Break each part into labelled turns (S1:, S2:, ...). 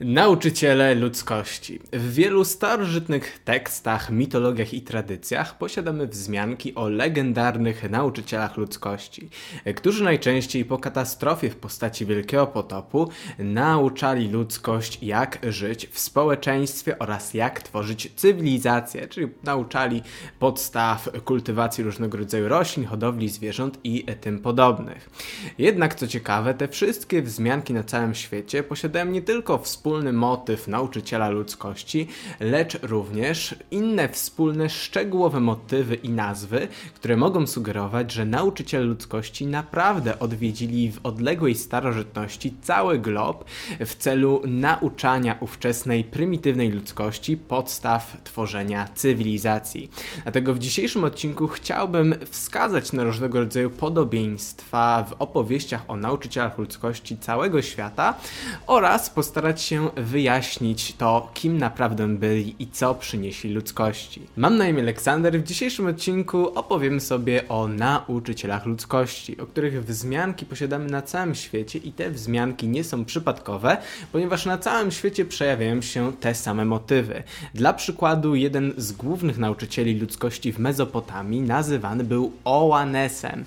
S1: Nauczyciele ludzkości. W wielu starożytnych tekstach, mitologiach i tradycjach posiadamy wzmianki o legendarnych nauczycielach ludzkości, którzy najczęściej po katastrofie w postaci Wielkiego Potopu nauczali ludzkość, jak żyć w społeczeństwie oraz jak tworzyć cywilizację, czyli nauczali podstaw kultywacji różnego rodzaju roślin, hodowli zwierząt i tym podobnych. Jednak co ciekawe, te wszystkie wzmianki na całym świecie posiadają nie tylko wspólny motyw nauczyciela ludzkości, lecz również inne wspólne, szczegółowe motywy i nazwy, które mogą sugerować, że nauczyciele ludzkości naprawdę odwiedzili w odległej starożytności cały glob w celu nauczania ówczesnej, prymitywnej ludzkości podstaw tworzenia cywilizacji. Dlatego w dzisiejszym odcinku chciałbym wskazać na różnego rodzaju podobieństwa w opowieściach o nauczycielach ludzkości całego świata oraz postarać się wyjaśnić to, kim naprawdę byli i co przynieśli ludzkości. Mam na imię Aleksander. W dzisiejszym odcinku opowiem sobie o nauczycielach ludzkości, o których wzmianki posiadamy na całym świecie i te wzmianki nie są przypadkowe, ponieważ na całym świecie przejawiają się te same motywy. Dla przykładu, jeden z głównych nauczycieli ludzkości w Mezopotamii nazywany był Oannesem,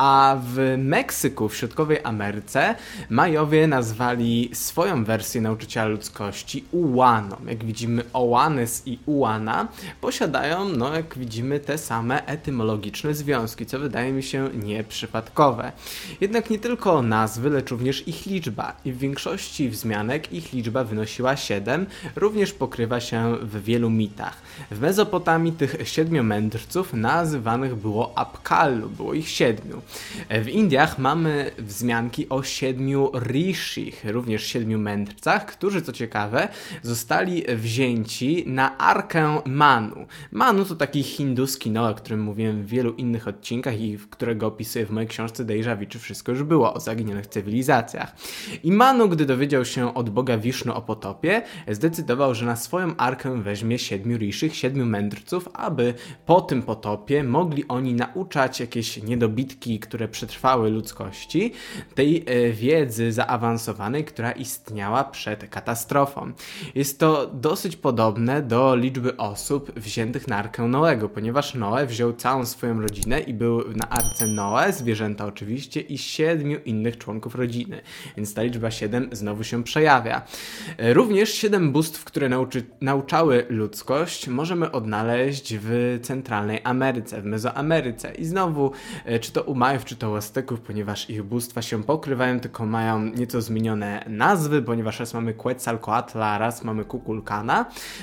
S1: a w Meksyku, w Środkowej Ameryce, Majowie nazwali swoją wersję nauczyciela ludzkości Ułaną. Jak widzimy, Oannes i Ułana posiadają, jak widzimy, te same etymologiczne związki, co wydaje mi się nieprzypadkowe. Jednak nie tylko nazwy, lecz również ich liczba. I w większości wzmianek ich liczba wynosiła 7, również pokrywa się w wielu mitach. W Mezopotamii tych 7 mędrców nazywanych było Apkallu, było ich 7. W Indiach mamy wzmianki o 7 rishich, również 7 mędrcach, którzy, co ciekawe, zostali wzięci na Arkę Manu. Manu to taki hinduski Noe, o którym mówiłem w wielu innych odcinkach i którego opisuję w mojej książce Deja Vu, czy wszystko już było, o zaginionych cywilizacjach. I Manu, gdy dowiedział się od Boga Wisznu o potopie, zdecydował, że na swoją arkę weźmie 7 rishich, 7 mędrców, aby po tym potopie mogli oni nauczać jakieś niedobitki, które przetrwały ludzkości, tej wiedzy zaawansowanej, która istniała przed katastrofą. Jest to dosyć podobne do liczby osób wziętych na Arkę Noego, ponieważ Noe wziął całą swoją rodzinę i był na Arce Noe, zwierzęta oczywiście, i 7 innych członków rodziny, więc ta liczba 7 znowu się przejawia. Również 7 bóstw, które nauczały ludzkość, możemy odnaleźć w centralnej Ameryce, w Mezoameryce i znowu, czy to u Majów, czy to u Azteków, ponieważ ich bóstwa się pokrywają, tylko mają nieco zmienione nazwy, ponieważ raz mamy Quetzalcoatla, raz mamy Kukulkana,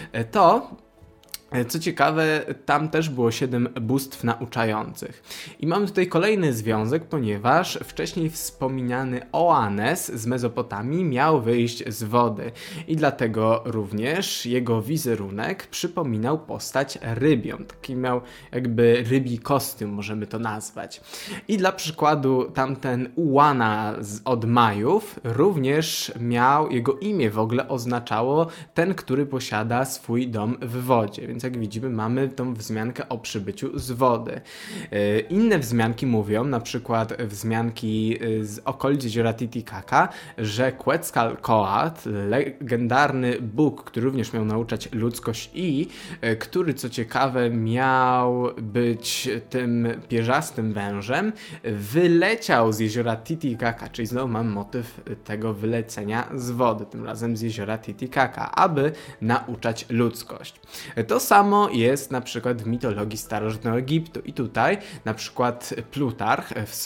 S1: to co ciekawe, tam też było 7 bóstw nauczających. I mamy tutaj kolejny związek, ponieważ wcześniej wspominany Oannes z Mezopotamii miał wyjść z wody. I dlatego również jego wizerunek przypominał postać rybią. Taki miał jakby rybi kostium, możemy to nazwać. I dla przykładu tamten Ułana od Majów również miał, jego imię w ogóle oznaczało ten, który posiada swój dom w wodzie. Więc jak widzimy, mamy tą wzmiankę o przybyciu z wody. Inne wzmianki mówią, na przykład wzmianki z okolic jeziora Titicaca, że Quetzalcoatl, legendarny Bóg, który również miał nauczać ludzkość i który, co ciekawe, miał być tym pierzastym wężem, wyleciał z jeziora Titicaca, czyli znowu mam motyw tego wylecenia z wody, tym razem z jeziora Titicaca, aby nauczać ludzkość. To samo jest na przykład w mitologii starożytnego Egiptu i tutaj na przykład Plutarch w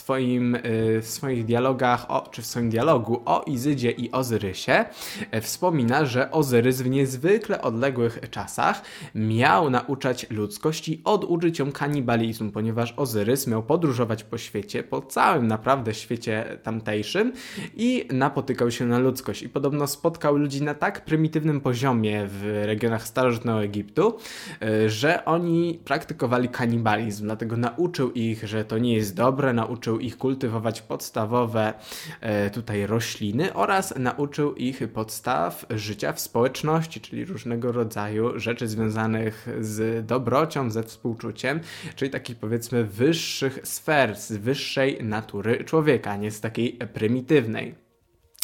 S1: swoich dialogach, czy w swoim dialogu o Izydzie i Ozyrysie wspomina, że Ozyrys w niezwykle odległych czasach miał nauczać ludzkość i oduczyć ją kanibalizmu, ponieważ Ozyrys miał podróżować po świecie, po całym naprawdę świecie tamtejszym i napotykał się na ludzkość i podobno spotkał ludzi na tak prymitywnym poziomie w regionach starożytnego Egiptu, że oni praktykowali kanibalizm, dlatego nauczył ich, że to nie jest dobre, nauczył ich kultywować podstawowe tutaj rośliny oraz nauczył ich podstaw życia w społeczności, czyli różnego rodzaju rzeczy związanych z dobrocią, ze współczuciem, czyli takich powiedzmy wyższych sfer, z wyższej natury człowieka, nie z takiej prymitywnej.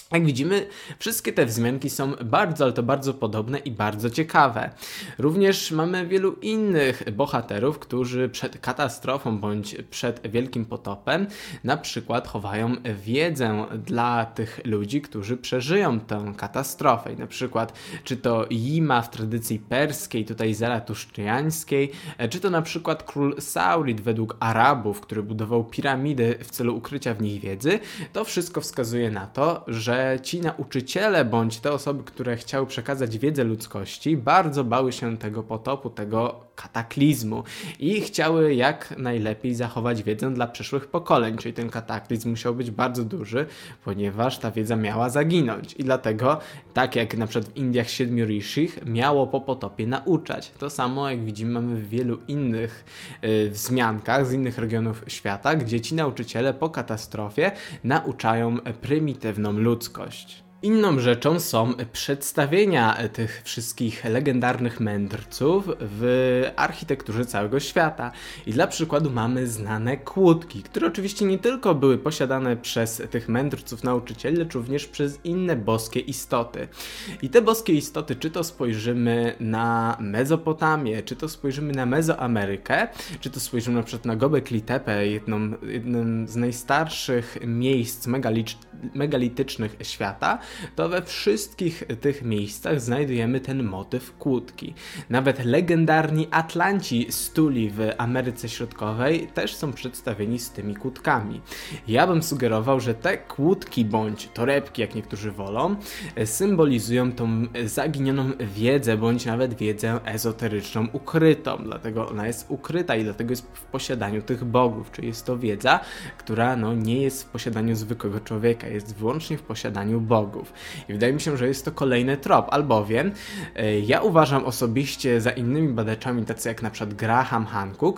S1: Jak widzimy, wszystkie te wzmianki są bardzo, ale to bardzo podobne i bardzo ciekawe. Również mamy wielu innych bohaterów, którzy przed katastrofą bądź przed wielkim potopem na przykład chowają wiedzę dla tych ludzi, którzy przeżyją tę katastrofę. I na przykład czy to Yima w tradycji perskiej, tutaj zaratusztriańskiej, czy to na przykład król Saurid według Arabów, który budował piramidy w celu ukrycia w nich wiedzy, to wszystko wskazuje na to, że ci nauczyciele bądź te osoby, które chciały przekazać wiedzę ludzkości, bardzo bały się tego potopu, tego kataklizmu i chciały jak najlepiej zachować wiedzę dla przyszłych pokoleń, czyli ten kataklizm musiał być bardzo duży, ponieważ ta wiedza miała zaginąć i dlatego, tak jak na przykład w Indiach 7 Rishich, miało po potopie nauczać. To samo jak widzimy mamy w wielu innych wzmiankach z innych regionów świata, gdzie ci nauczyciele po katastrofie nauczają prymitywną ludzkość. Inną rzeczą są przedstawienia tych wszystkich legendarnych mędrców w architekturze całego świata. I dla przykładu mamy znane kłódki, które oczywiście nie tylko były posiadane przez tych mędrców nauczycieli, lecz również przez inne boskie istoty. I te boskie istoty, czy to spojrzymy na Mezopotamię, czy to spojrzymy na Mezoamerykę, czy to spojrzymy na przykład na Göbekli Tepe, jednym z najstarszych miejsc megalitycznych świata, to we wszystkich tych miejscach znajdujemy ten motyw kłódki. Nawet legendarni Atlanci stuli w Ameryce Środkowej też są przedstawieni z tymi kłódkami. Ja bym sugerował, że te kłódki bądź torebki, jak niektórzy wolą, symbolizują tą zaginioną wiedzę bądź nawet wiedzę ezoteryczną ukrytą. Dlatego ona jest ukryta i dlatego jest w posiadaniu tych bogów, czyli jest to wiedza, która nie jest w posiadaniu zwykłego człowieka, jest wyłącznie w posiadaniu bogów. I wydaje mi się, że jest to kolejny trop, albowiem ja uważam osobiście za innymi badaczami, tacy jak na przykład Graham Hancock,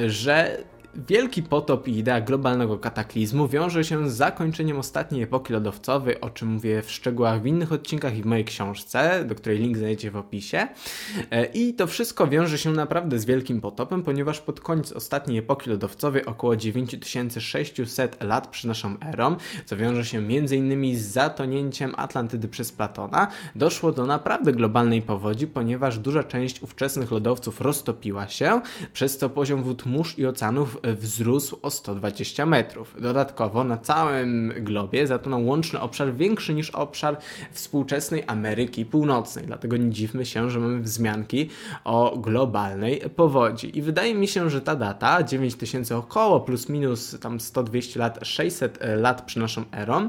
S1: że wielki potop i idea globalnego kataklizmu wiąże się z zakończeniem ostatniej epoki lodowcowej, o czym mówię w szczegółach w innych odcinkach i w mojej książce, do której link znajdziecie w opisie. I to wszystko wiąże się naprawdę z wielkim potopem, ponieważ pod koniec ostatniej epoki lodowcowej, około 9600 lat przed naszą erą, co wiąże się m.in. z zatonięciem Atlantydy przez Platona, doszło do naprawdę globalnej powodzi, ponieważ duża część ówczesnych lodowców roztopiła się, przez co poziom wód mórz i oceanów wzrósł o 120 metrów. Dodatkowo na całym globie zatonął łączny obszar większy niż obszar współczesnej Ameryki Północnej. Dlatego nie dziwmy się, że mamy wzmianki o globalnej powodzi. I wydaje mi się, że ta data, 9000 około, plus minus tam 100-200 lat, 600 lat przed naszą erą,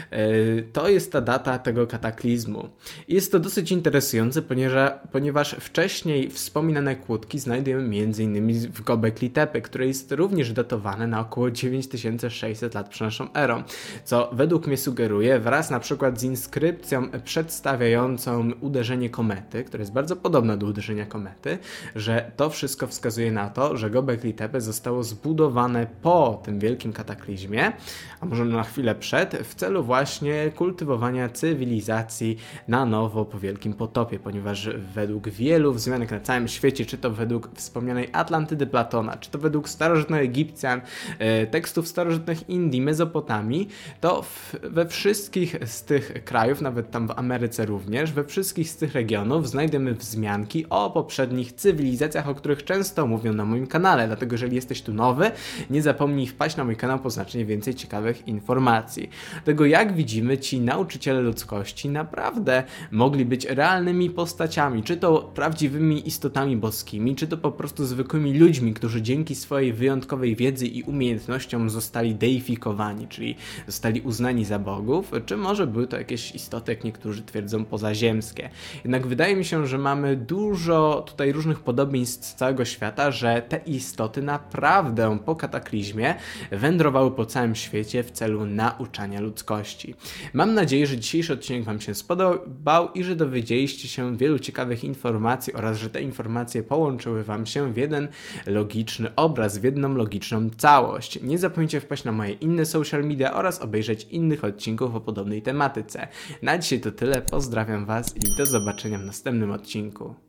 S1: to jest ta data tego kataklizmu. I jest to dosyć interesujące, ponieważ wcześniej wspominane kłódki znajdujemy m.in. w Göbekli Tepe, które jest również datowane na około 9600 lat przed naszą erą, co według mnie sugeruje, wraz na przykład z inskrypcją przedstawiającą uderzenie komety, które jest bardzo podobne do uderzenia komety, że to wszystko wskazuje na to, że Göbekli Tepe zostało zbudowane po tym wielkim kataklizmie, a może na chwilę przed, w celu właśnie kultywowania cywilizacji na nowo po wielkim potopie, ponieważ według wielu wzmianek na całym świecie, czy to według wspomnianej Atlantydy Platona, czy to według starożytnych Egipcjan, tekstów starożytnych Indii, Mezopotamii, to we wszystkich z tych krajów, nawet tam w Ameryce również, we wszystkich z tych regionów znajdziemy wzmianki o poprzednich cywilizacjach, o których często mówią na moim kanale. Dlatego jeżeli jesteś tu nowy, nie zapomnij wpaść na mój kanał po znacznie więcej ciekawych informacji. Dlatego jak widzimy, ci nauczyciele ludzkości naprawdę mogli być realnymi postaciami, czy to prawdziwymi istotami boskimi, czy to po prostu zwykłymi ludźmi, którzy dzięki swojej wyjątkowej wiedzy i umiejętnościom zostali deifikowani, czyli zostali uznani za bogów, czy może były to jakieś istoty, jak niektórzy twierdzą, pozaziemskie. Jednak wydaje mi się, że mamy dużo tutaj różnych podobieństw z całego świata, że te istoty naprawdę po kataklizmie wędrowały po całym świecie w celu nauczania ludzkości. Mam nadzieję, że dzisiejszy odcinek Wam się spodobał i że dowiedzieliście się wielu ciekawych informacji oraz, że te informacje połączyły Wam się w jeden logiczny obraz, w jedną logiczną całość. Nie zapomnijcie wpaść na moje inne social media oraz obejrzeć innych odcinków o podobnej tematyce. Na dzisiaj to tyle, pozdrawiam Was i do zobaczenia w następnym odcinku.